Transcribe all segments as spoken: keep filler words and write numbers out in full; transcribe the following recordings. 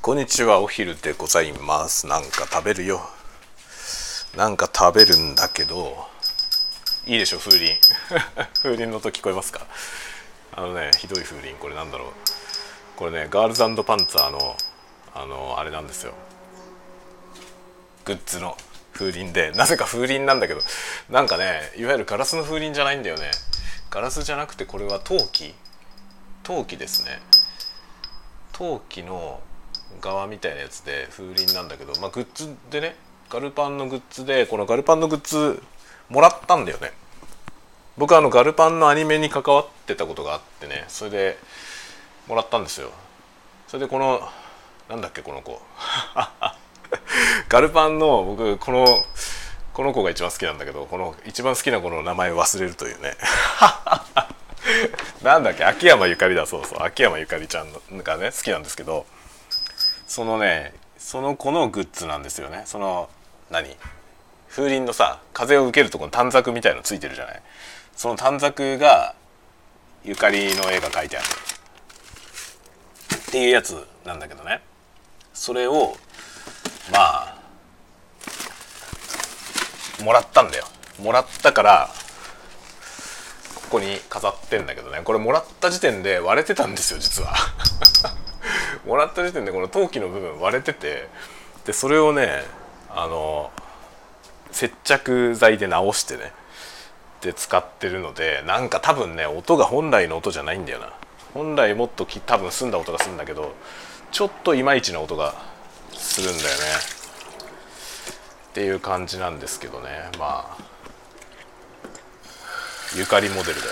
こんにちは、お昼でございます。なんか食べるよ。なんか食べるんだけど、いいでしょ風鈴。風鈴の音聞こえますか？あのね、ひどい風鈴。これなんだろう。これね、ガールズ&パンツァーのあのあれなんですよ。グッズの風鈴で、なぜか風鈴なんだけど、なんかね、いわゆるガラスの風鈴じゃないんだよね。ガラスじゃなくて、これは陶器。陶器ですね。陶器の側みたいなやつで風鈴なんだけど、まあグッズでね、ガルパンのグッズで、このガルパンのグッズもらったんだよね。僕はあのガルパンのアニメに関わってたことがあってね、それでもらったんですよ。それでこのなんだっけこの子ガルパンの僕このこの子が一番好きなんだけど、この一番好きな子の名前を忘れるというねなんだっけ、秋山ゆかりだ。そうそう、秋山ゆかりちゃんがね好きなんですけど、そのねその子のグッズなんですよね。その何風鈴のさ、風を受けるところの短冊みたいのついてるじゃない。その短冊がゆかりの絵が描いてあるっていうやつなんだけどね、それをまあもらったんだよ。もらったからここに飾ってんだけどね、これもらった時点で割れてたんですよ実はもらった時点でこの陶器の部分割れてて、でそれをねあの接着剤で直してねで使ってるので、なんか多分ね音が本来の音じゃないんだよな。本来もっとき多分澄んだ音がするんだけど、ちょっといまいちな音がするんだよねっていう感じなんですけどね。まあゆかりモデルで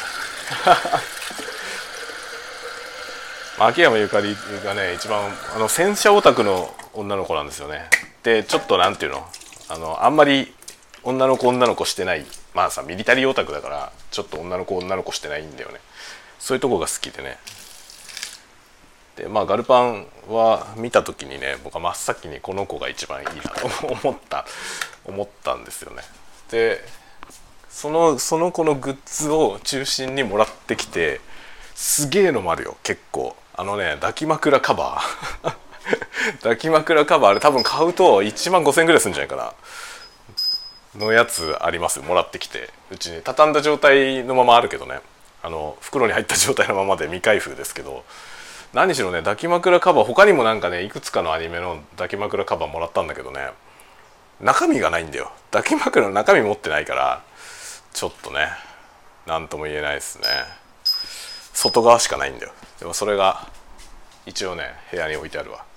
秋山ゆかりがね一番あの戦車オタクの女の子なんですよね。でちょっとなんていうの、あのあんまり女の子女の子してない、まあさミリタリーオタクだからちょっと女の子女の子してないんだよね。そういうとこが好きでね。でまあガルパンは見た時にね、僕は真っ先にこの子が一番いいなと思った思ったんですよね。でそのその子のグッズを中心にもらってきて、すげえのもあるよ結構。あのね抱き枕カバー抱き枕カバーあれ多分買うといちまんごせんえんぐらいするんじゃないかなのやつありますよ。もらってきて、うちに畳んだ状態のままあるけどね、あの袋に入った状態のままで未開封ですけど、何しろね抱き枕カバー他にもなんかねいくつかのアニメの抱き枕カバーもらったんだけどね、中身がないんだよ。抱き枕の中身持ってないからちょっとね何とも言えないですね。外側しかないんだよ。でもそれが一応ね部屋に置いてあるわ。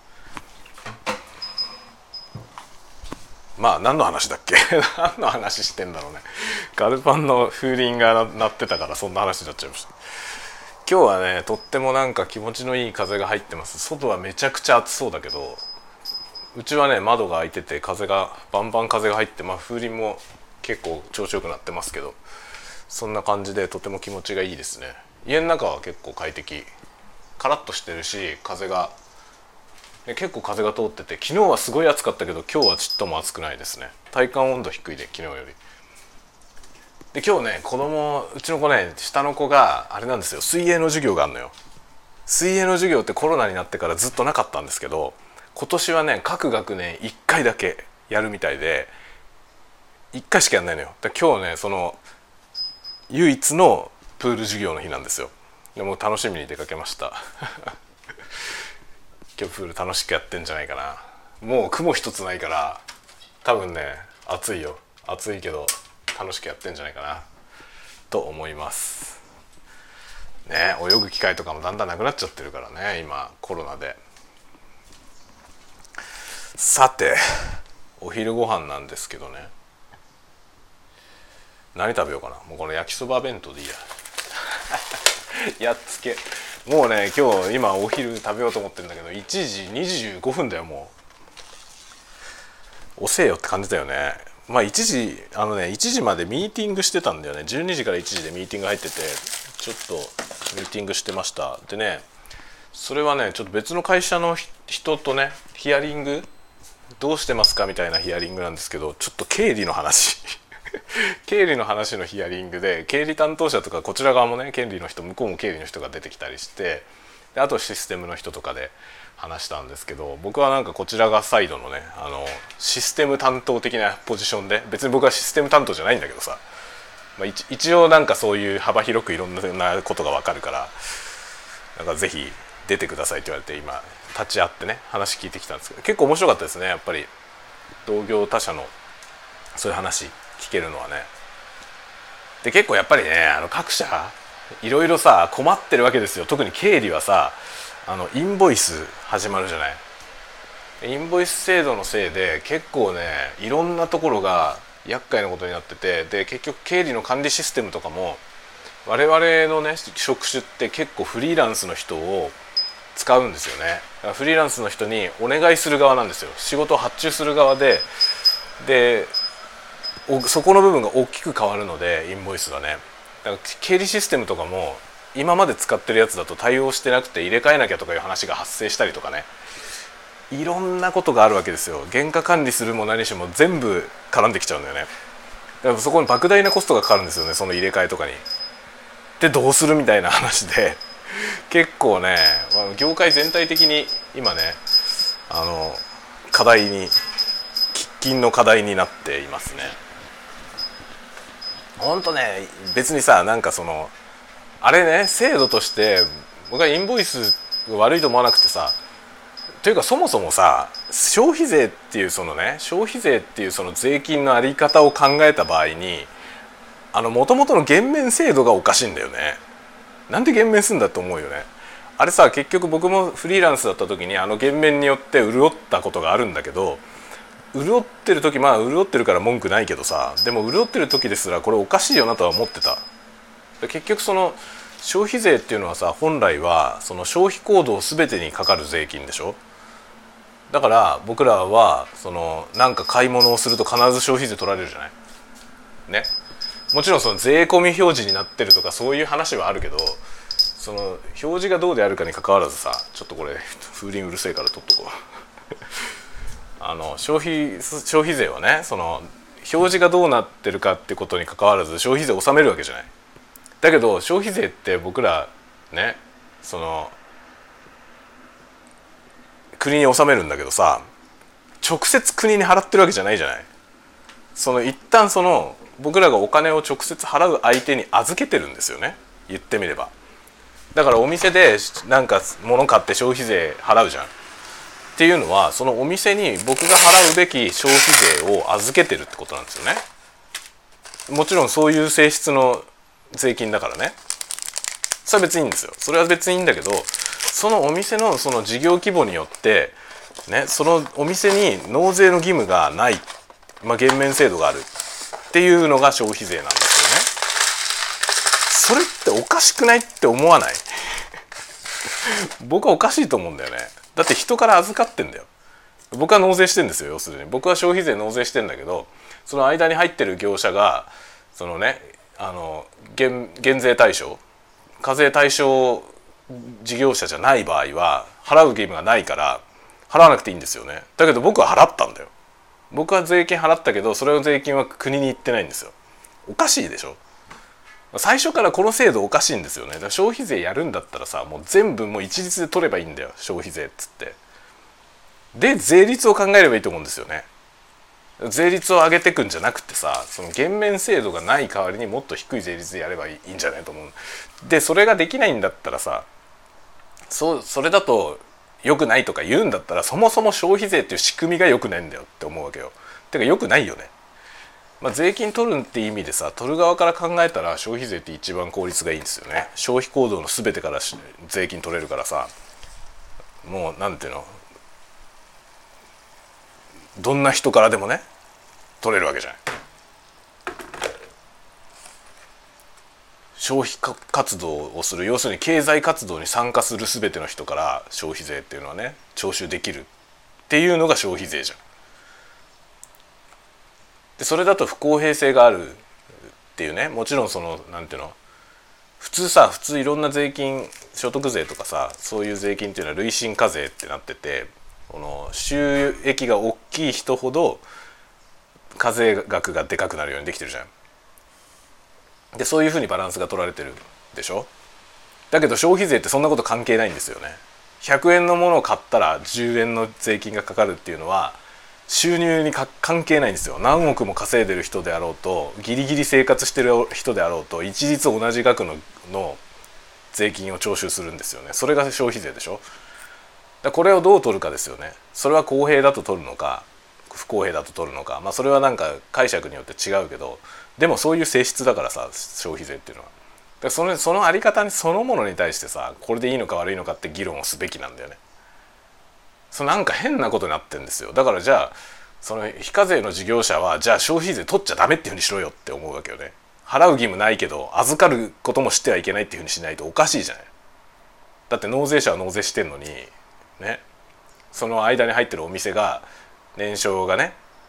まあ何の話だっけ何の話してんだろうね。ガルパンの風鈴が鳴ってたからそんな話になっちゃいました。今日はねとってもなんか気持ちのいい風が入ってます。外はめちゃくちゃ暑そうだけど、うちはね窓が開いてて風がバンバン風が入って、まあ風鈴も結構調子よくなってますけど、そんな感じでとても気持ちがいいですね。家の中は結構快適、カラッとしてるし風が、ね、結構風が通ってて、昨日はすごい暑かったけど今日はちっとも暑くないですね。体感温度低いで昨日より。で今日ね子供うちの子ね下の子があれなんですよ、水泳の授業があるのよ。水泳の授業ってコロナになってからずっとなかったんですけど、今年はね各学年いっかいだけやるみたいで、いっかいしかやんないのよ。だ今日ねその唯一のプール授業の日なんですよ。でも楽しみに出かけました今日プール楽しくやってんじゃないかな。もう雲一つないから多分ね暑いよ。暑いけど楽しくやってんじゃないかなと思いますね。泳ぐ機会とかもだんだんなくなっちゃってるからね今コロナで。さてお昼ご飯なんですけどね、何食べようかな。もうこの焼きそば弁当でいいややっつけ。もうね今日今お昼食べようと思ってるんだけどいちじにじゅうごふんだよ。もう遅えよって感じだよね。まあいちじあのねいちじまでミーティングしてたんだよね。じゅうにじからいちじでミーティング入っててちょっとミーティングしてました。でねそれはねちょっと別の会社の人とねヒアリングどうしてますかみたいなヒアリングなんですけど、ちょっと経理の話経理の話のヒアリングで、経理担当者とかこちら側もね経理の人向こうも経理の人が出てきたりして、であとシステムの人とかで話したんですけど、僕はなんかこちらがサイドのねあのシステム担当的なポジションで、別に僕はシステム担当じゃないんだけどさ、まあ、一, 一応なんかそういう幅広くいろんなことが分かるから、なんかぜひ出てくださいって言われて今立ち会ってね話聞いてきたんですけど、結構面白かったですね。やっぱり同業他社のそういう話聞けるのはね。で結構やっぱりねあの各社いろいろさ困ってるわけですよ。特に経理はさ、あのインボイス始まるじゃない。インボイス制度のせいで結構ねいろんなところが厄介なことになってて、で結局経理の管理システムとかも我々のね職種って結構フリーランスの人を使うんですよね。だからフリーランスの人にお願いする側なんですよ。仕事を発注する側で、でそこの部分が大きく変わるのでインボイスがね、だから経理システムとかも今まで使ってるやつだと対応してなくて入れ替えなきゃとかいう話が発生したりとかね、いろんなことがあるわけですよ。原価管理するも何しも全部絡んできちゃうんだよね。だからそこに莫大なコストがかかるんですよね、その入れ替えとかに。でどうするみたいな話で結構ね業界全体的に今ねあの課題に喫緊の課題になっていますね。ほんとね別にさなんかそのあれね制度として僕はインボイスが悪いと思わなくてさ、というかそもそもさ消費税っていうそのね消費税っていうその税金のあり方を考えた場合にあの元々の減免制度がおかしいんだよね。なんで減免するんだと思うよね。あれさ結局僕もフリーランスだった時にあの減免によって潤ったことがあるんだけど、潤ってる時まあ潤ってるから文句ないけどさ、でも潤ってる時ですらこれおかしいよなとは思ってた。結局その消費税っていうのはさ本来はその消費行動全てにかかる税金でしょ。だから僕らはそのなんか買い物をすると必ず消費税取られるじゃないね。もちろんその税込み表示になってるとかそういう話はあるけど、その表示がどうであるかにかかわらずさ、ちょっとこれ風鈴うるせえから取っとこうあの消費消費税はねその表示がどうなってるかってことにかかわらず消費税を納めるわけじゃない。だけど消費税って僕らねその国に納めるんだけどさ、直接国に払ってるわけじゃないじゃない。その一旦その僕らがお金を直接払う相手に預けてるんですよね、言ってみれば。だからお店でなんか物買って消費税払うじゃんっていうのは、そのお店に僕が払うべき消費税を預けてるってことなんですよね。もちろんそういう性質の税金だからね、それは別にいいんですよ。それは別にいいんだけど、そのお店のその事業規模によってね、そのお店に納税の義務がない、まあ、減免制度があるっていうのが消費税なんですよね。それっておかしくないって思わない僕はおかしいと思うんだよね。だって人から預かってんだよ。僕は納税してんですよ。要するに僕は消費税納税してんだけど、その間に入ってる業者がそのねあの 減, 減税対象課税対象事業者じゃない場合は払う義務がないから払わなくていいんですよね。だけど僕は払ったんだよ。僕は税金払ったけどそれの税金は国に行ってないんですよ。おかしいでしょ。最初からこの制度おかしいんですよね。だから消費税やるんだったらさもう全部もう一律で取ればいいんだよ消費税っつって。で税率を考えればいいと思うんですよね。税率を上げてくんじゃなくてさ、その減免制度がない代わりにもっと低い税率でやればいいんじゃないと思う。でそれができないんだったらさ、そ, それだと良くないとか言うんだったら、そもそも消費税っていう仕組みが良くないんだよって思うわけよ。てか良くないよね。まあ、税金取るって意味でさ、取る側から考えたら消費税って一番効率がいいんですよね。消費行動の全てから税金取れるからさ、もうなんていうの、どんな人からでもね取れるわけじゃない。消費活動をする、要するに経済活動に参加する全ての人から消費税っていうのはね徴収できるっていうのが消費税じゃん。でそれだと不公平性があるっていうね。もちろんそのなんていうの、普通さ普通いろんな税金、所得税とかさそういう税金っていうのは累進課税ってなってて、この収益が大きい人ほど課税額がでかくなるようにできてるじゃん。でそういうふうにバランスが取られてるでしょ。だけど消費税ってそんなこと関係ないんですよね。 ひゃくえんのものを買ったらじゅうえんの税金がかかるっていうのは収入にか関係ないんですよ。何億も稼いでる人であろうとギリギリ生活してる人であろうと一律同じ額のの税金を徴収するんですよね。それが消費税でしょ。だこれをどう取るかですよね。それは公平だと取るのか不公平だと取るのか、まあそれはなんか解釈によって違うけど、でもそういう性質だからさ消費税っていうのは。だからそのそのあり方にそのものに対してさこれでいいのか悪いのかって議論をすべきなんだよね。そのなんか変なことになってんですよ。だからじゃあその非課税の事業者はじゃあ消費税取っちゃダメっていうふうにしろよって思うわけよね。払う義務ないけど預かることもしてはいけないっていうふうにしないとおかしいじゃない。だって納税者は納税してんのにね、その間に入ってるお店が年商がね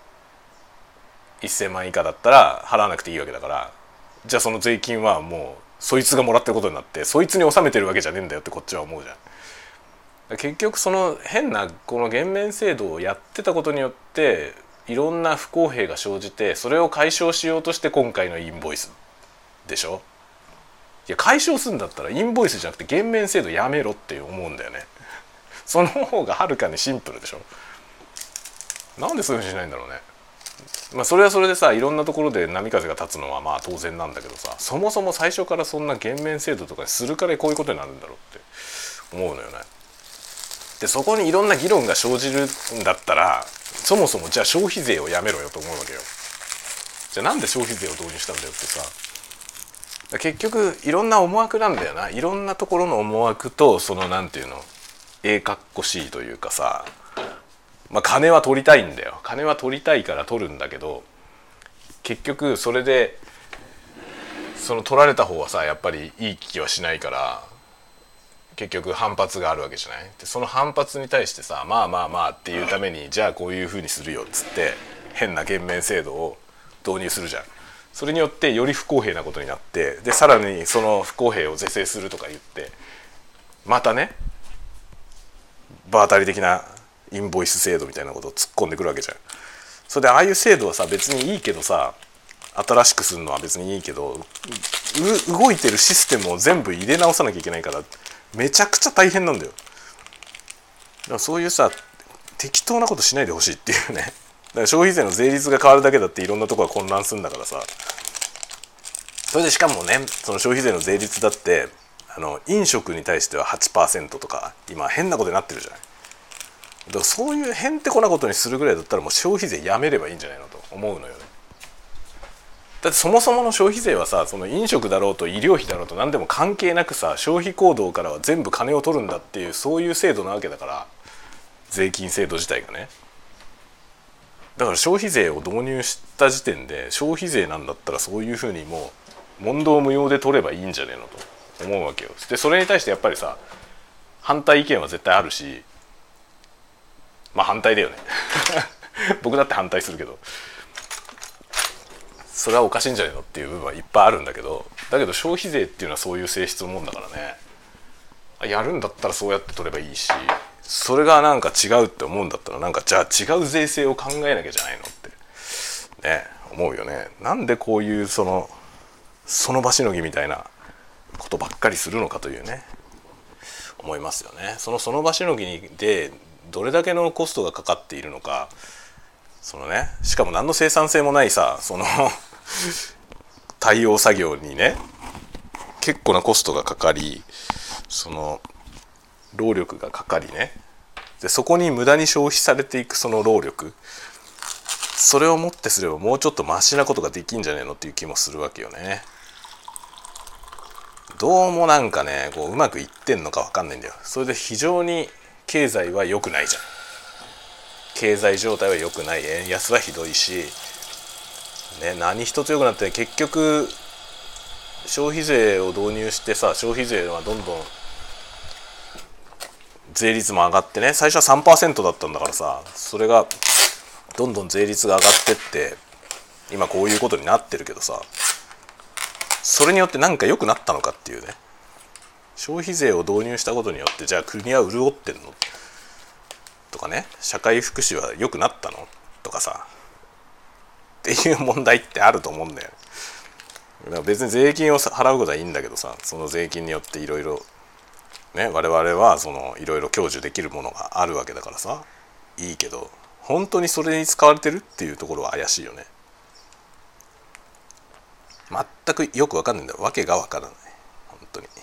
せんまん以下だったら払わなくていいわけだから、じゃあその税金はもうそいつがもらってることになってそいつに納めてるわけじゃねえんだよってこっちは思うじゃん。結局その変なこの減免制度をやってたことによっていろんな不公平が生じて、それを解消しようとして今回のインボイスでしょ。いや解消するんだったらインボイスじゃなくて減免制度やめろって思うんだよね。その方がはるかにシンプルでしょ。なんでそういうふうにしないんだろうね。まあそれはそれでさいろんなところで波風が立つのはまあ当然なんだけどさ、そもそも最初からそんな減免制度とかにするからこういうことになるんだろうって思うのよね。でそこにいろんな議論が生じるんだったらそもそもじゃあ消費税をやめろよと思うわけよ。じゃあなんで消費税を導入したんだよってさ、結局いろんな思惑なんだよな。いろんなところの思惑とそのなんていうのええかっこしいというかさ、まあ金は取りたいんだよ。金は取りたいから取るんだけど結局それでその取られた方はさやっぱりいい気はしないから結局反発があるわけじゃない。でその反発に対してさまあまあまあっていうためにじゃあこういうふうにするよっつって変な減免制度を導入するじゃん。それによってより不公平なことになって、でさらにその不公平を是正するとか言ってまたね場当たり的なインボイス制度みたいなことを突っ込んでくるわけじゃん。それでああいう制度はさ別にいいけどさ新しくするのは別にいいけど動いてるシステムを全部入れ直さなきゃいけないからめちゃくちゃ大変なんだよ。だからそういうさ適当なことしないでほしいっていうね。だから消費税の税率が変わるだけだっていろんなところが混乱するんだからさ。それでしかもねその消費税の税率だってあの飲食に対しては はちパーセント とか今変なことになってるじゃない。だからそういうへんてこなことにするぐらいだったらもう消費税やめればいいんじゃないのと思うのよね。だってそもそもの消費税はさその飲食だろうと医療費だろうと何でも関係なくさ消費行動からは全部金を取るんだっていうそういう制度なわけだから、税金制度自体がね。だから消費税を導入した時点で消費税なんだったらそういうふうにもう問答無用で取ればいいんじゃねえのと思うわけよ。でそれに対してやっぱりさ反対意見は絶対あるし、まあ反対だよね僕だって反対するけどそれはおかしいんじゃないのっていう部分はいっぱいあるんだけど、だけど消費税っていうのはそういう性質のもんだからね、やるんだったらそうやって取ればいいし、それがなんか違うって思うんだったらなんかじゃあ違う税制を考えなきゃじゃないのってね思うよね。なんでこういうそのその場しのぎみたいなことばっかりするのかというね思いますよね。そのその場しのぎでどれだけのコストがかかっているのか、そのねしかも何の生産性もないさその対応作業にね結構なコストがかかりその労力がかかりね、でそこに無駄に消費されていくその労力、それをもってすればもうちょっとマシなことができんじゃねえのっていう気もするわけよね。どうもなんかねこううまくいってんのか分かんないんだよ。それで非常に経済は良くないじゃん。経済状態は良くない、円安はひどいし、ね、何一つ良くなって結局消費税を導入してさ消費税はどんどん税率も上がってね、最初は さんパーセント だったんだからさ、それがどんどん税率が上がってって今こういうことになってるけどさ、それによって何か良くなったのかっていうね。消費税を導入したことによってじゃあ国は潤ってんのとかね、社会福祉は良くなったのとかさっていう問題ってあると思うんだよ。だから別に税金を払うことはいいんだけどさ、その税金によっていろいろね、我々はそのいろいろ享受できるものがあるわけだからさいいけど、本当にそれに使われてるっていうところは怪しいよね。全くよく分かんないんだよ、わけが分からない本当に。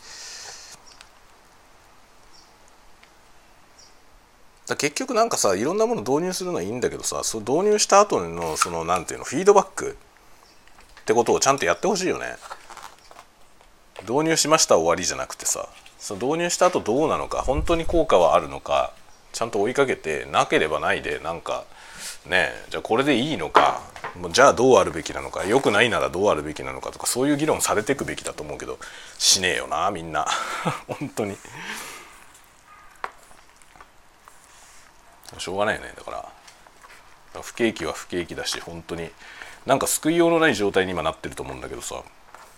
だ結局なんかさ、いろんなもの導入するのはいいんだけどさ、その導入した後のそのなんていうのフィードバックってことをちゃんとやってほしいよね。導入しました終わりじゃなくてさ、その導入した後どうなのか、本当に効果はあるのかちゃんと追いかけて、なければないでなんかね、じゃあこれでいいのか、じゃあどうあるべきなのか、良くないならどうあるべきなのかとか、そういう議論されていくべきだと思うけど、しねえよなみんな本当にしょうがないよね。だから不景気は不景気だし、本当になんか救いようのない状態に今なってると思うんだけどさ、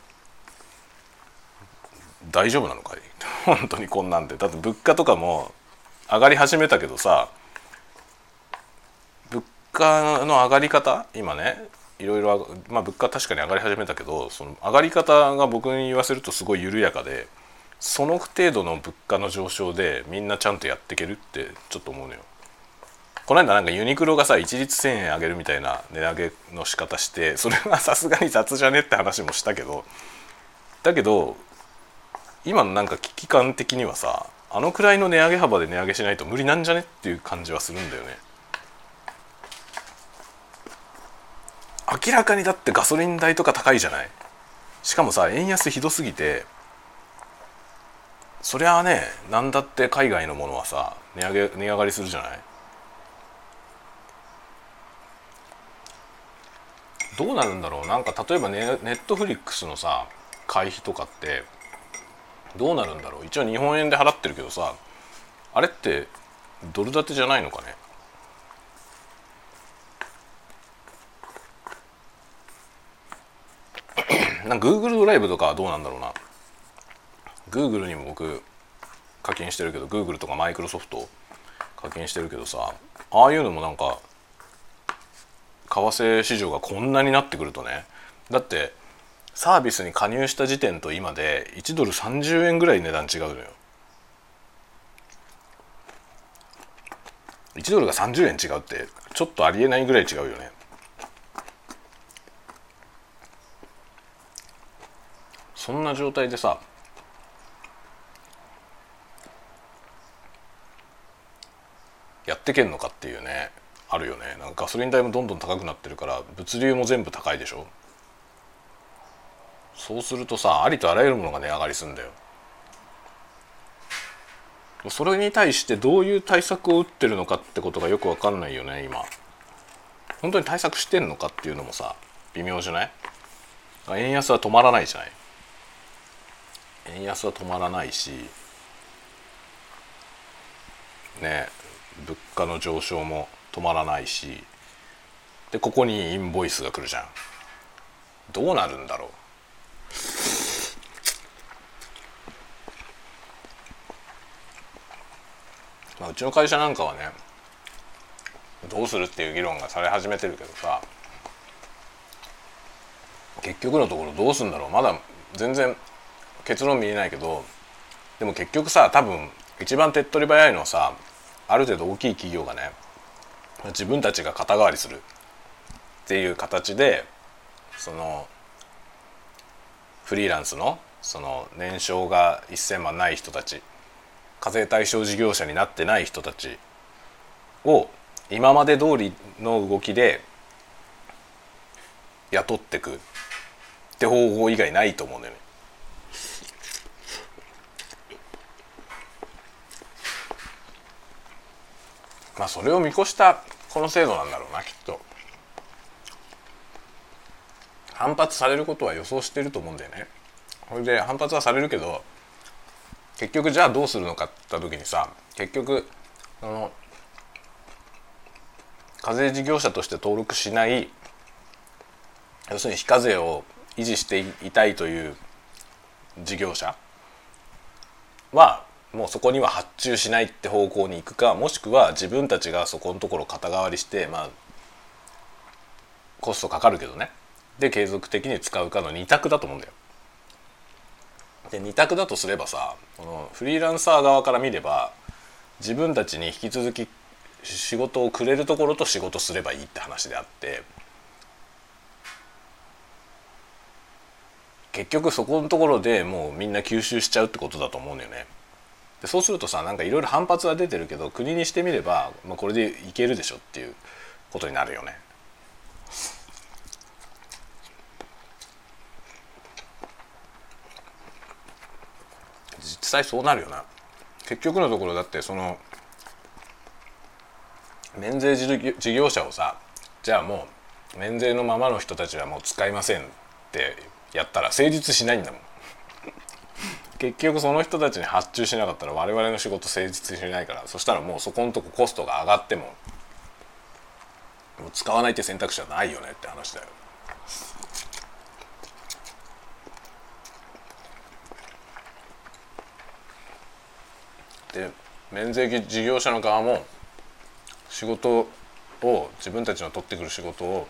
大丈夫なのかい本当にこんなんで。だって物価とかも上がり始めたけどさ、物価の上がり方今ね、いろいろ、まあ物価確かに上がり始めたけど、その上がり方が僕に言わせるとすごい緩やかで、その程度の物価の上昇でみんなちゃんとやっていけるってちょっと思うのよ。この間なんかユニクロがさ一律せんえん上げるみたいな値上げの仕方して、それはさすがに雑じゃねって話もしたけど、だけど今のなんか危機感的にはさ、あのくらいの値上げ幅で値上げしないと無理なんじゃねっていう感じはするんだよね。明らかにだってガソリン代とか高いじゃない。しかもさ円安ひどすぎて、そりゃあね、なんだって海外のものはさ値上げ値上がりするじゃない。どうなるんだろう。なんか例えばネットフリックスのさ会費とかってどうなるんだろう。一応日本円で払ってるけどさ、あれってドル建てじゃないのかね。なんか Google ドライブとかはどうなんだろうな。 Google にも僕課金してるけど、 Google とかマイクロソフト課金してるけどさ、ああいうのもなんか為替市場がこんなになってくるとね、だってサービスに加入した時点と今でいちドルさんじゅうえんぐらい値段違うのよ。いちドルがさんじゅうえん違うってちょっとありえないぐらい違うよね。そんな状態でさ、やってけんのかっていうね、あるよね。なんかガソリン代もどんどん高くなってるから物流も全部高いでしょ。そうするとさ、ありとあらゆるものが値上がりするんだよ。それに対してどういう対策を打ってるのかってことがよく分かんないよね今。本当に対策してんのかっていうのもさ微妙じゃない。円安は止まらないじゃない。円安は止まらないしね、物価の上昇も止まらないし、でここにインボイスが来るじゃん。どうなるんだろう。まあ、うちの会社なんかはねどうするっていう議論がされ始めてるけどさ、結局のところどうするんだろう。まだ全然結論見えないけど、でも結局さ、多分一番手っ取り早いのはさ、ある程度大きい企業がね自分たちが肩代わりするっていう形で、そのフリーランスのその年商がせんまんない人たち、課税対象事業者になってない人たちを今まで通りの動きで雇ってくって方法以外ないと思うんだよね。まあそれを見越したこの制度なんだろうなきっと。反発されることは予想してると思うんだよね。それで反発はされるけど、結局じゃあどうするのかって言った時にさ、結局あの課税事業者として登録しない、要するに非課税を維持していたいという事業者はもうそこには発注しないって方向に行くか、もしくは自分たちがそこのところ肩代わりして、まあコストかかるけどねで継続的に使うかの二択だと思うんだよ。 で二択だとすればさ、このフリーランサー側から見れば自分たちに引き続き仕事をくれるところと仕事すればいいって話であって、結局そこのところでもうみんな吸収しちゃうってことだと思うんだよね。でそうするとさ、なんかいろいろ反発は出てるけど、国にしてみれば、まあ、これでいけるでしょっていうことになるよね。実際そうなるよな。結局のところだってその免税事業者をさ、じゃあもう免税のままの人たちはもう使いませんってやったら成立しないんだもん。結局その人たちに発注しなかったら我々の仕事成立しないから、そしたらもうそこのとこコストが上がってももう使わないって選択肢はないよねって話だよ。で免税事業者の側も仕事を自分たちの取ってくる仕事を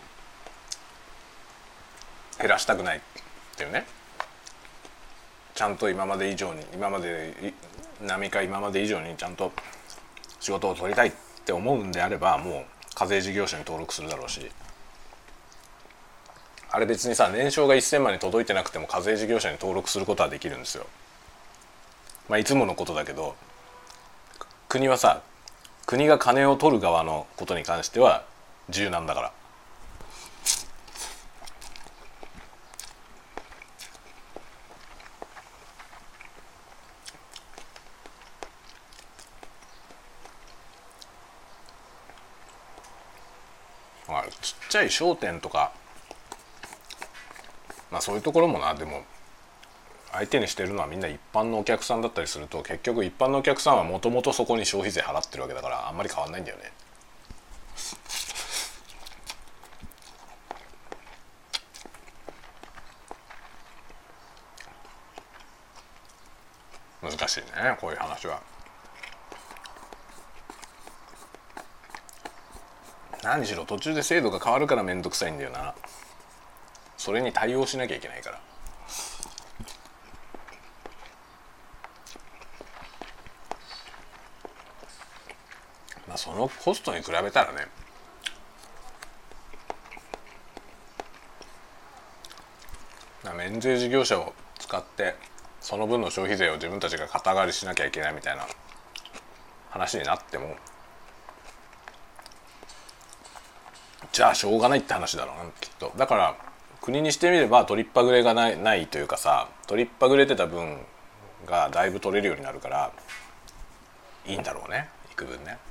減らしたくないっていうね、ちゃんと今まで以上に今まで並か今まで以上にちゃんと仕事を取りたいって思うんであれば、もう課税事業者に登録するだろうし、あれ別にさ年商がせんまんに届いてなくても課税事業者に登録することはできるんですよ。まあいつものことだけど、国はさ、国が金を取る側のことに関しては柔軟だから。まあ、ちっちゃい商店とか、まあそういうところもな、でも相手にしてるのはみんな一般のお客さんだったりすると、結局一般のお客さんはもともとそこに消費税払ってるわけだから、あんまり変わんないんだよね。難しいね、こういう話は。何しろ途中で制度が変わるからめんどくさいんだよな。それに対応しなきゃいけないから。まあそのコストに比べたらね、免税事業者を使ってその分の消費税を自分たちが肩代わりしなきゃいけないみたいな話になっても、じゃあしょうがないって話だろうな、きっと。だから国にしてみれば取りっぱぐれがない、ないというかさ、取りっぱぐれてた分がだいぶ取れるようになるからいいんだろうね、幾分ね。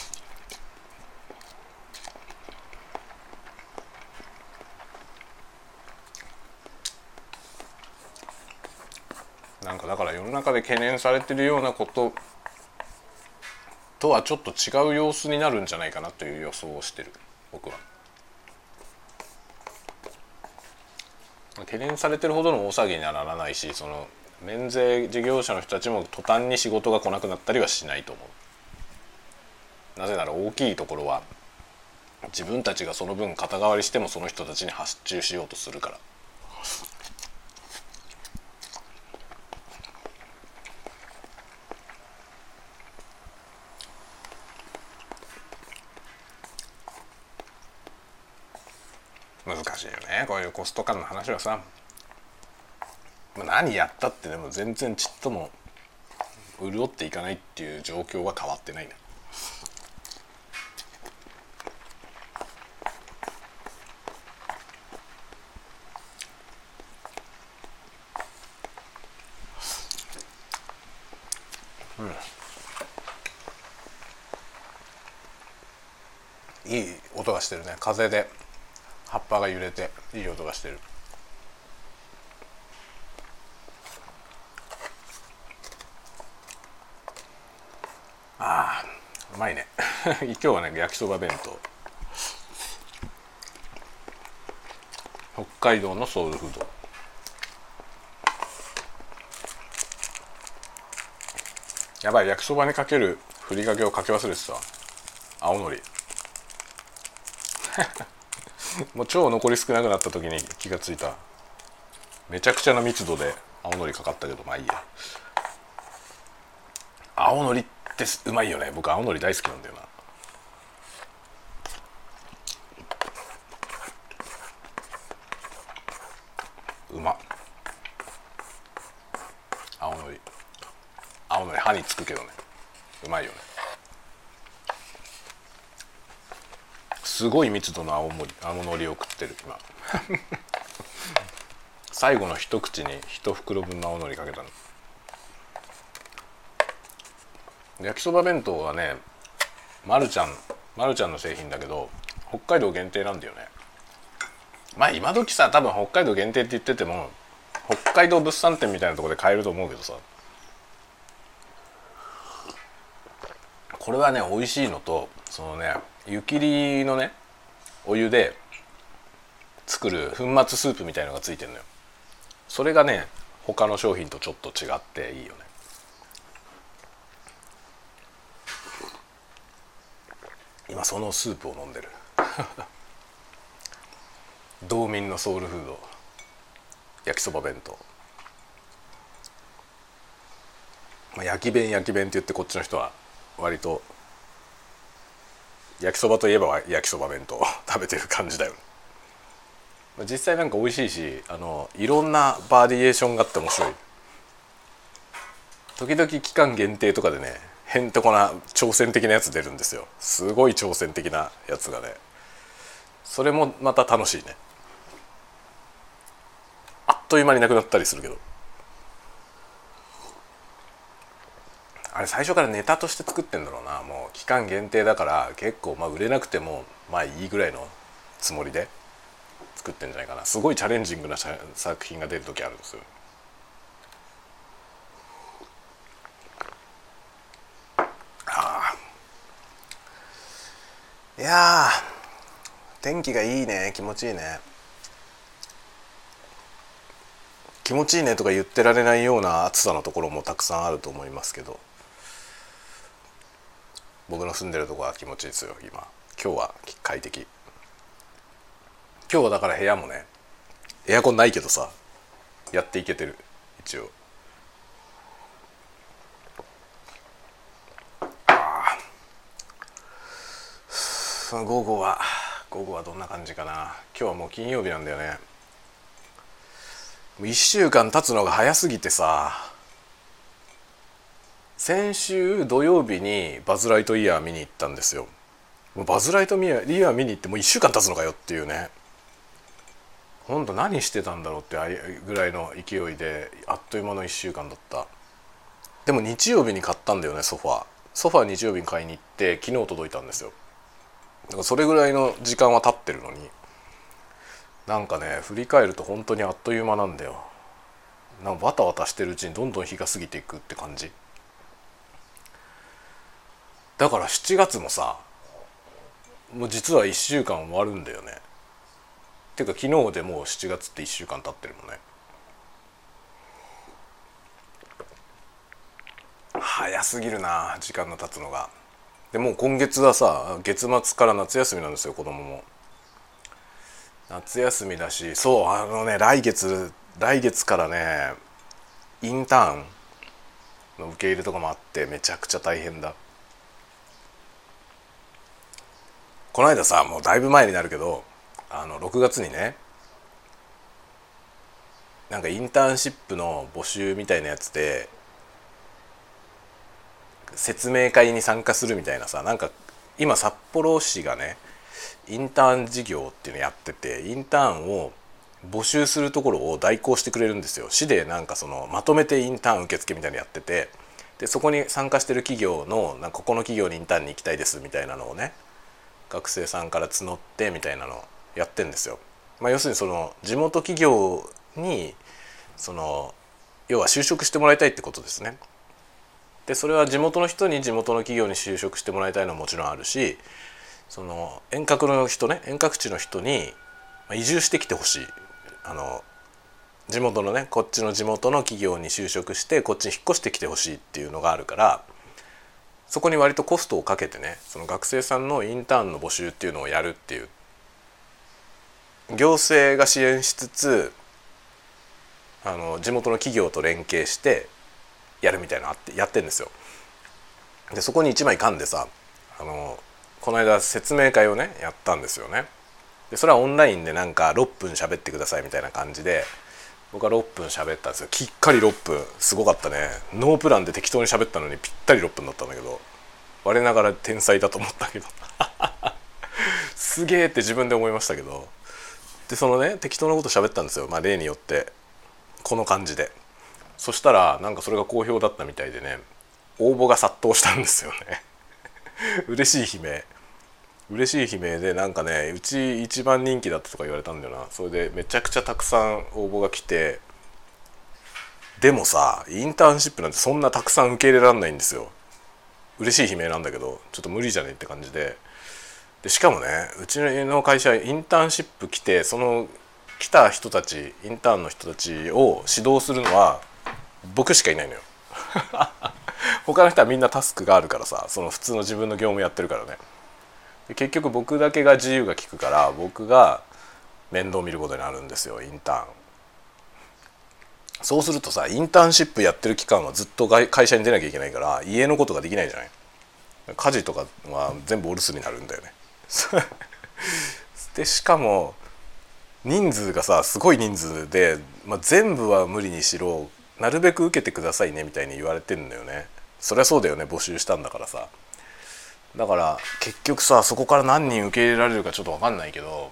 なんかだから世の中で懸念されてるようなこととはちょっと違う様子になるんじゃないかなという予想をしてる、僕は。懸念されてるほどの大騒ぎにはならないし、その免税事業者の人たちも途端に仕事が来なくなったりはしないと思う。なぜなら大きいところは自分たちがその分肩代わりしてもその人たちに発注しようとするから。難しいよね、こういうコスト感の話はさ。何やったってでも全然ちっとも潤っていかないっていう状況は変わってないね。うん、いい音がしてるね。風で葉っぱが揺れていい音がしてる。あーうまいね。今日はね焼きそば弁当、北海道のソウルフード。やばい、焼きそばにかけるふりかけをかけ忘れてた。青のり。もう超残り少なくなった時に気がついた。めちゃくちゃな密度で青のりかかったけどまあいいや。青のりってうまいよね。僕青のり大好きなんだよな。うまっ。青のり青のり歯につくけどね、うまいよね。すごい密度の青のり青のりを食ってる今最後の一口に一袋分の青のりかけたの。焼きそば弁当はね、まるちゃんまるちゃんの製品だけど北海道限定なんだよね。まあ今時さ、多分北海道限定って言ってても北海道物産展みたいなところで買えると思うけどさ、これはね美味しいのと、そのね湯切りのねお湯で作る粉末スープみたいのがついてるのよ。それがね他の商品とちょっと違っていいよね。今そのスープを飲んでる道民のソウルフード焼きそば弁当、まあ、焼き弁焼き弁って言ってこっちの人は割と焼きそばといえば焼きそば弁当を食べてる感じだよね。実際なんか美味しいし、あのいろんなバリエーションがあって面白い。時々期間限定とかでねへんてこな挑戦的なやつ出るんですよ。すごい挑戦的なやつがね、それもまた楽しいね。あっという間になくなったりするけど、あれ最初からネタとして作ってんだろうな。もう期間限定だから結構まあ売れなくてもまあいいぐらいのつもりで作ってんじゃないかな。すごいチャレンジングな作品が出る時あるんですよ。いやー天気がいいね。気持ちいいね。気持ちいいねとか言ってられないような暑さのところもたくさんあると思いますけど、僕の住んでるところは気持ちいいですよ今。今日は快適。今日はだから部屋もねエアコンないけどさやっていけてる一応。午後は午後はどんな感じかな。今日はもう金曜日なんだよね。もういっしゅうかん経つのが早すぎてさ、先週土曜日にバズ・ライトイヤー見に行ったんですよ。もうバズ・ライトイヤー見に行ってもういっしゅうかん経つのかよっていうね。ほんと何してたんだろうってぐらいの勢いであっという間のいっしゅうかんだった。でも日曜日に買ったんだよね。ソファーソファー日曜日に買いに行って昨日届いたんですよ。だからそれぐらいの時間は経ってるのに、なんかね振り返ると本当にあっという間なんだよ。なんかバタバタしてるうちにどんどん日が過ぎていくって感じだからしちがつもさもう実はいっしゅうかん終わるんだよね。っていうか昨日でもうしちがつっていっしゅうかん経ってるもんね。早すぎるな時間の経つのが。でもう今月はさ月末から夏休みなんですよ。子供も夏休みだし、そうあのね来月来月からねインターンの受け入れとかもあってめちゃくちゃ大変だ。この間さもうだいぶ前になるけどあのろくがつにねなんかインターンシップの募集みたいなやつで説明会に参加するみたいなさ、なんか今札幌市がねインターン事業っていうのやってて、インターンを募集するところを代行してくれるんですよ。市でなんかそのまとめてインターン受付みたいなのやってて、でそこに参加してる企業のなんかここの企業にインターンに行きたいですみたいなのをね学生さんから募ってみたいなのをやってんですよ。まあ、要するにその地元企業にその要は就職してもらいたいってことですね。でそれは地元の人に地元の企業に就職してもらいたいのはもちろんあるし、その遠隔の人ね遠隔地の人に移住してきてほしい、あの地元のねこっちの地元の企業に就職してこっちに引っ越してきてほしいっていうのがあるから、そこに割とコストをかけてねその学生さんのインターンの募集っていうのをやるっていう、行政が支援しつつあの地元の企業と連携してやるみたいなのあってやってんですよ。でそこにいちまい噛んでさ、あのこの間説明会をねやったんですよね。でそれはオンラインでなんかろっぷん喋ってくださいみたいな感じで、僕はろっぷん喋ったんですよ。きっかりろっぷん、すごかったね。ノープランで適当に喋ったのにぴったりろっぷんだったんだけど、我ながら天才だと思ったけどすげえって自分で思いましたけど、でそのね適当なこと喋ったんですよ、まあ、例によってこの感じで。そしたらなんかそれが好評だったみたいでね、応募が殺到したんですよね嬉しい悲鳴嬉しい悲鳴で、なんかねうち一番人気だったとか言われたんだよな。それでめちゃくちゃたくさん応募が来て、でもさインターンシップなんてそんなたくさん受け入れられないんですよ。嬉しい悲鳴なんだけどちょっと無理じゃねって感じで。でしかもねうちの会社インターンシップ来て、その来た人たちインターンの人たちを指導するのは僕しかいないのよ他の人はみんなタスクがあるからさ、その普通の自分の業務やってるからね。で結局僕だけが自由が利くから、僕が面倒見ることになるんですよインターン。そうするとさ、インターンシップやってる期間はずっと会社に出なきゃいけないから、家のことができないじゃない。家事とかは全部お留守になるんだよねでしかも人数がさすごい人数で、まあ、全部は無理にしろなるべく受けてくださいねみたいに言われてんだよね。そりゃそうだよね、募集したんだからさ。だから結局さ、そこから何人受け入れられるかちょっと分かんないけど、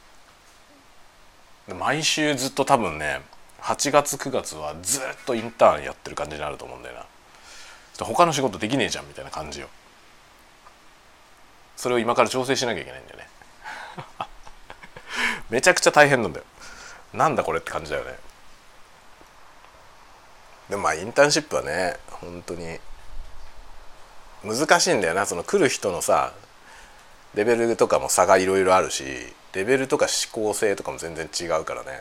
毎週ずっと多分ねはちがつくがつはずっとインターンやってる感じになると思うんだよな。他の仕事できねえじゃんみたいな感じよ。それを今から調整しなきゃいけないんだよねめちゃくちゃ大変なんだよ。なんだこれって感じだよね。でもまあインターンシップはね本当に難しいんだよな。その来る人のさレベルとかも差がいろいろあるし、レベルとか思考性とかも全然違うからね。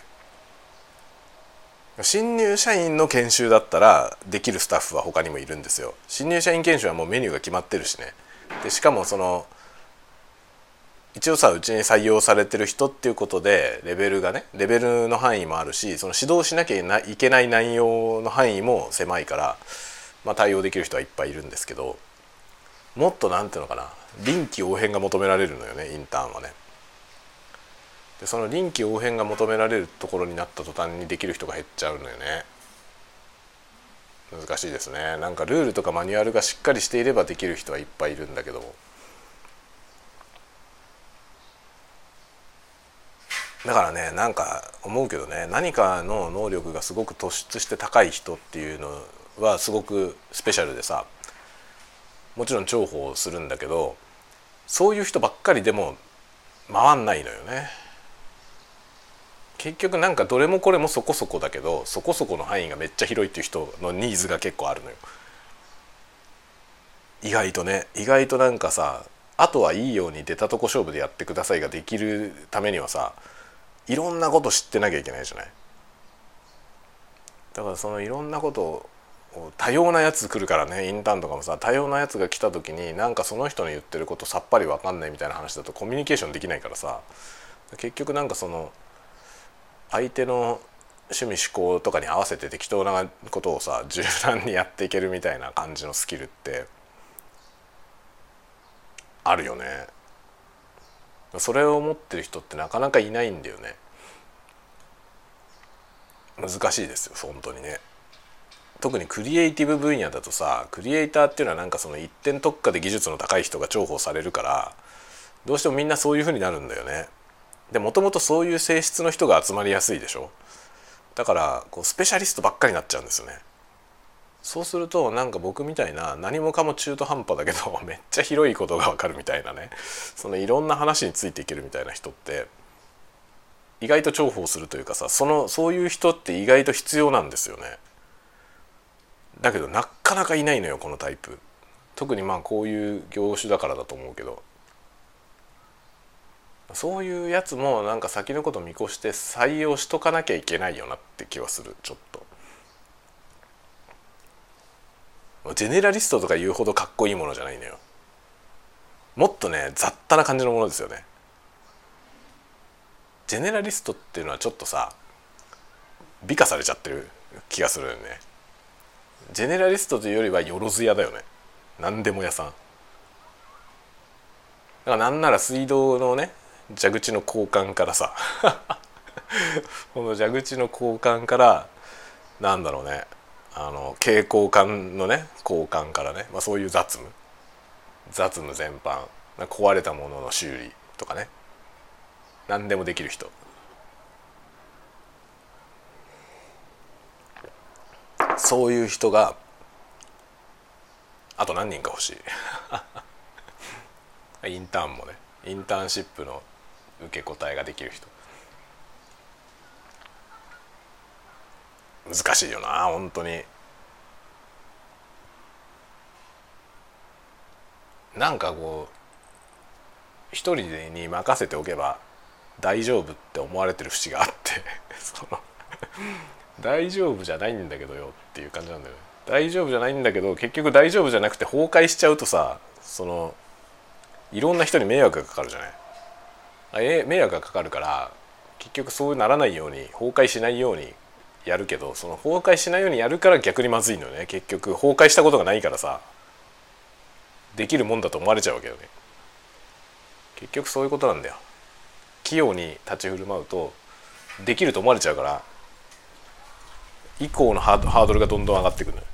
新入社員の研修だったらできるスタッフは他にもいるんですよ。新入社員研修はもうメニューが決まってるしね。でしかもその一応さうちに採用されてる人っていうことでレベルがねレベルの範囲もあるし、その指導しなきゃいけない内容の範囲も狭いから、まあ、対応できる人はいっぱいいるんですけど、もっとなんていうのかな、臨機応変が求められるのよねインターンはね。でその臨機応変が求められるところになった途端にできる人が減っちゃうのよね。難しいですね。なんかルールとかマニュアルがしっかりしていればできる人はいっぱいいるんだけど、だからねなんか思うけどね、何かの能力がすごく突出して高い人っていうのはすごくスペシャルでさ、もちろん重宝するんだけど、そういう人ばっかりでも回んないのよね。結局なんかどれもこれもそこそこだけど、そこそこの範囲がめっちゃ広いっていう人のニーズが結構あるのよ。意外とね、意外となんかさ、あとはいいように出たとこ勝負でやってくださいができるためにはさ、いろんなこと知ってなきゃいけないじゃない。だからそのいろんなことを多様なやつ来るからね、インターンとかもさ多様なやつが来た時になんかその人の言ってることさっぱり分かんないみたいな話だとコミュニケーションできないからさ、結局なんかその相手の趣味思考とかに合わせて適当なことをさ柔軟にやっていけるみたいな感じのスキルってあるよね。それを持ってる人ってなかなかいないんだよね。難しいですよ本当にね。特にクリエイティブ分野だとさ、クリエイターっていうのはなんかその一点特化で技術の高い人が重宝されるから、どうしてもみんなそういう風になるんだよね。でもともとそういう性質の人が集まりやすいでしょ。だからこうスペシャリストばっかりになっちゃうんですよね。そうするとなんか僕みたいな何もかも中途半端だけどめっちゃ広いことが分かるみたいなね、そのいろんな話についていけるみたいな人って意外と重宝するというかさ、そのそういう人って意外と必要なんですよね。だけどなかなかいないのよこのタイプ。特にまあこういう業種だからだと思うけど、そういうやつもなんか先のこと見越して採用しとかなきゃいけないよなって気はする。ちょっとジェネラリストとか言うほどかっこいいものじゃないのよ。もっとね雑多な感じのものですよね。ジェネラリストっていうのはちょっとさ美化されちゃってる気がするよね。ジェネラリストというよりはよろず屋だよね。何でも屋さんだからなんなら水道のね蛇口の交換からさこの蛇口の交換からなんだろうねあの蛍光管のね交換からね、まあ、そういう雑務雑務全般壊れたものの修理とかね何でもできる人そういう人があと何人か欲しいインターンもねインターンシップの受け答えができる人難しいよな本当に。なんかこう一人に任せておけば大丈夫って思われてる節があってその大丈夫じゃないんだけどよっていう感じなんだよね。大丈夫じゃないんだけど結局大丈夫じゃなくて崩壊しちゃうとさそのいろんな人に迷惑がかかるじゃない。え迷惑がかかるから結局そうならないように崩壊しないようにやるけどその崩壊しないようにやるから逆にまずいのよね。結局崩壊したことがないからさできるもんだと思われちゃうわけよね。結局そういうことなんだよ。器用に立ち振る舞うとできると思われちゃうから以降のハードルがどんどん上がってくるのよ。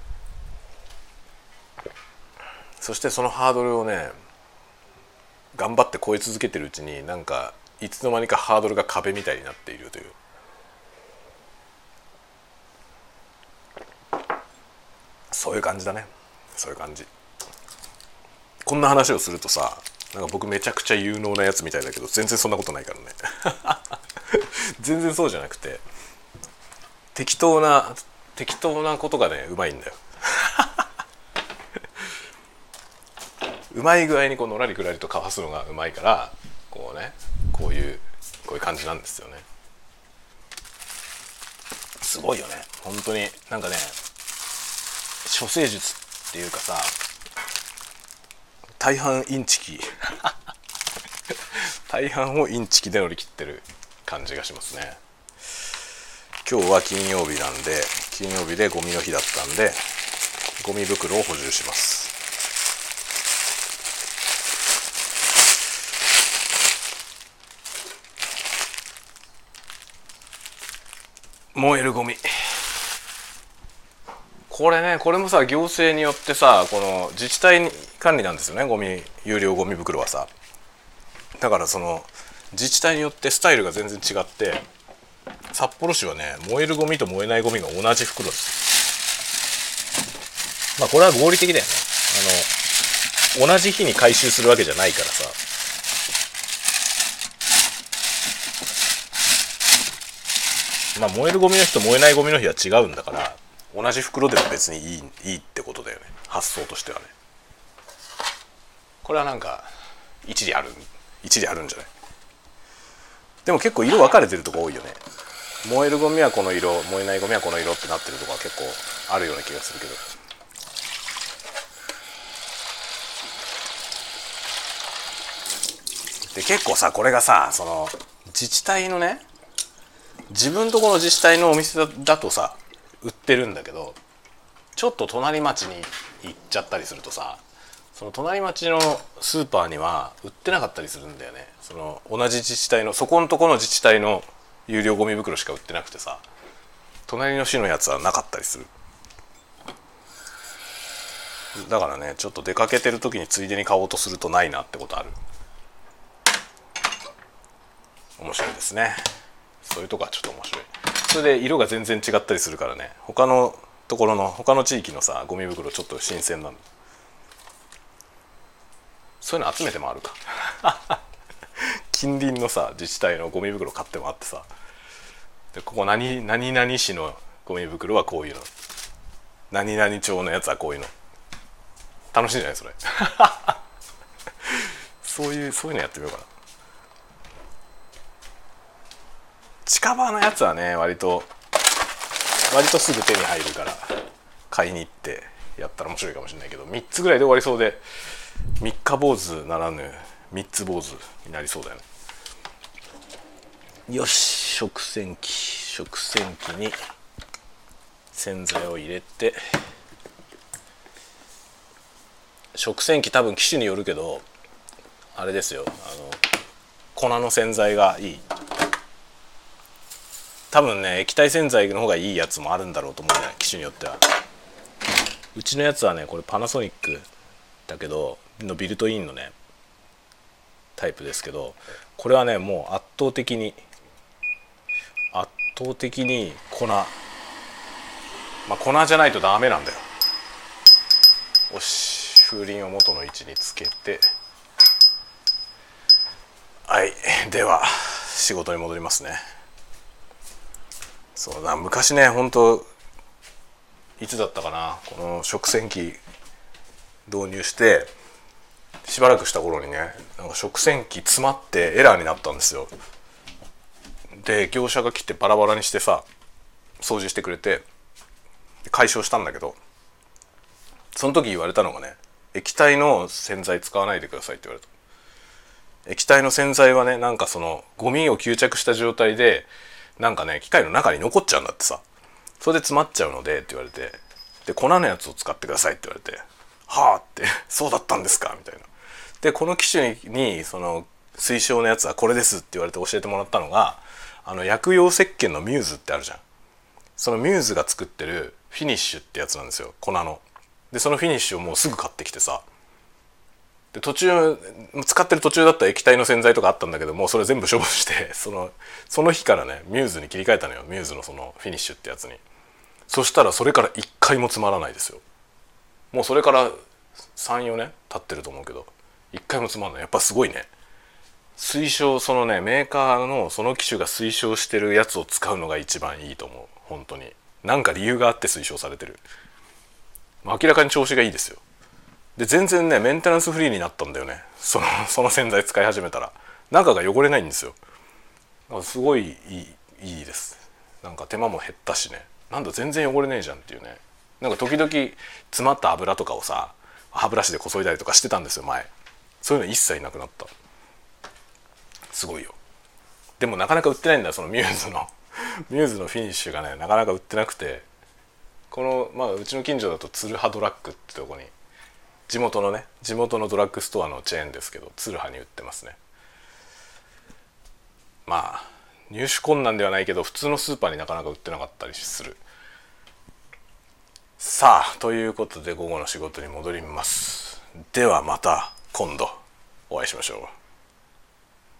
そしてそのハードルをね頑張って超え続けてるうちになんかいつの間にかハードルが壁みたいになっているというそういう感じだね。そういう感じ。こんな話をするとさなんか僕めちゃくちゃ有能なやつみたいだけど全然そんなことないからね全然そうじゃなくて適当な適当なことがねうまいんだようまい具合にこうのらりくらりとかわすのがうまいからこうねこういうこういう感じなんですよね。すごいよね本当に。なんかね処世術っていうかさ大半インチキ大半をインチキで乗り切ってる感じがしますね。今日は金曜日なんで金曜日でゴミの日だったんでゴミ袋を補充します。燃えるゴミこれねこれもさ行政によってさこの自治体管理なんですよね。ゴミ有料ゴミ袋はさだからその自治体によってスタイルが全然違って札幌市はね燃えるゴミと燃えないゴミが同じ袋です。まあこれは合理的だよね。あの同じ日に回収するわけじゃないからさまあ燃えるゴミの日と燃えないゴミの日は違うんだから同じ袋でも別にいい、いいってことだよね発想としてはね。これはなんか一理ある一理あるんじゃない。でも結構色分かれてるとこ多いよね。燃えるゴミはこの色燃えないゴミはこの色ってなってるとこは結構あるような気がするけどで結構さこれがさその自治体のね自分とこの自治体のお店だとさ売ってるんだけどちょっと隣町に行っちゃったりするとさその隣町のスーパーには売ってなかったりするんだよね。その同じ自治体のそこのとこの自治体の有料ゴミ袋しか売ってなくてさ隣の市のやつはなかったりする。だからねちょっと出かけてる時についでに買おうとするとないなってことある。面白いですね。そういうとこはちょっと面白い。それで色が全然違ったりするからね他のところの他の地域のさゴミ袋ちょっと新鮮なの。そういうの集めて回るか近隣のさ自治体のゴミ袋買って回ってさでここ何何々市のゴミ袋はこういうの何々町のやつはこういうの楽しいんじゃないそれそういうそういうのやってみようかな。近場のやつはね割と割とすぐ手に入るから買いに行ってやったら面白いかもしれないけどみっつぐらいで終わりそうで三日坊主ならぬ三つ坊主になりそうだよね。よし食洗機食洗機に洗剤を入れて、食洗機多分機種によるけどあれですよ、あの粉の洗剤がいい。多分ね液体洗剤の方がいいやつもあるんだろうと思うね、機種によっては。うちのやつはねこれパナソニックだけどのビルトインのねタイプですけど、これはねもう圧倒的に圧倒的に粉、まあ粉じゃないとダメなんだよ。よし、風鈴を元の位置につけて、はい、では仕事に戻りますね。そうだ、昔ね本当いつだったかな、この食洗機導入してしばらくした頃にね、なんか食洗機詰まってエラーになったんですよ。で業者が来てバラバラにしてさ掃除してくれて解消したんだけど、その時言われたのがね、液体の洗剤使わないでくださいって言われた。液体の洗剤はね、なんかそのゴミを吸着した状態でなんかね機械の中に残っちゃうんだってさ、それで詰まっちゃうのでって言われて、で粉のやつを使ってくださいって言われて、はあってそうだったんですかみたいな。でこの機種にその推奨のやつはこれですって言われて教えてもらったのが、あの薬用石鹸のミューズってあるじゃん。そのミューズが作ってるフィニッシュってやつなんですよ、粉の。でそのフィニッシュをもうすぐ買ってきてさ、で途中使ってる途中だった液体の洗剤とかあったんだけど、もうそれ全部処分してそのその日からねミューズに切り替えたのよ、ミューズのそのフィニッシュってやつに。そしたらそれから一回もつまらないですよ。もうそれからさんよねん経ってると思うけど一回もつまんない。やっぱすごいね。推奨、そのねメーカーのその機種が推奨してるやつを使うのが一番いいと思う。本当になんか理由があって推奨されてる。明らかに調子がいいですよ。で全然ねメンテナンスフリーになったんだよね、そのその洗剤使い始めたら中が汚れないんですよ。だからすごいいい、いいです。なんか手間も減ったしね、なんだ全然汚れねえじゃんっていうね。なんか時々詰まった油とかをさ歯ブラシでこそいだりとかしてたんですよ前。そういうの一切なくなった。すごいよ。でもなかなか売ってないんだよ、そのミューズのミューズのフィニッシュがねなかなか売ってなくて、このまあうちの近所だとツルハドラッグってとこに、地元のね地元のドラッグストアのチェーンですけどツルハに売ってますね。まあ入手困難ではないけど普通のスーパーになかなか売ってなかったりする。さあということで午後の仕事に戻ります。ではまた今度お会いしましょう。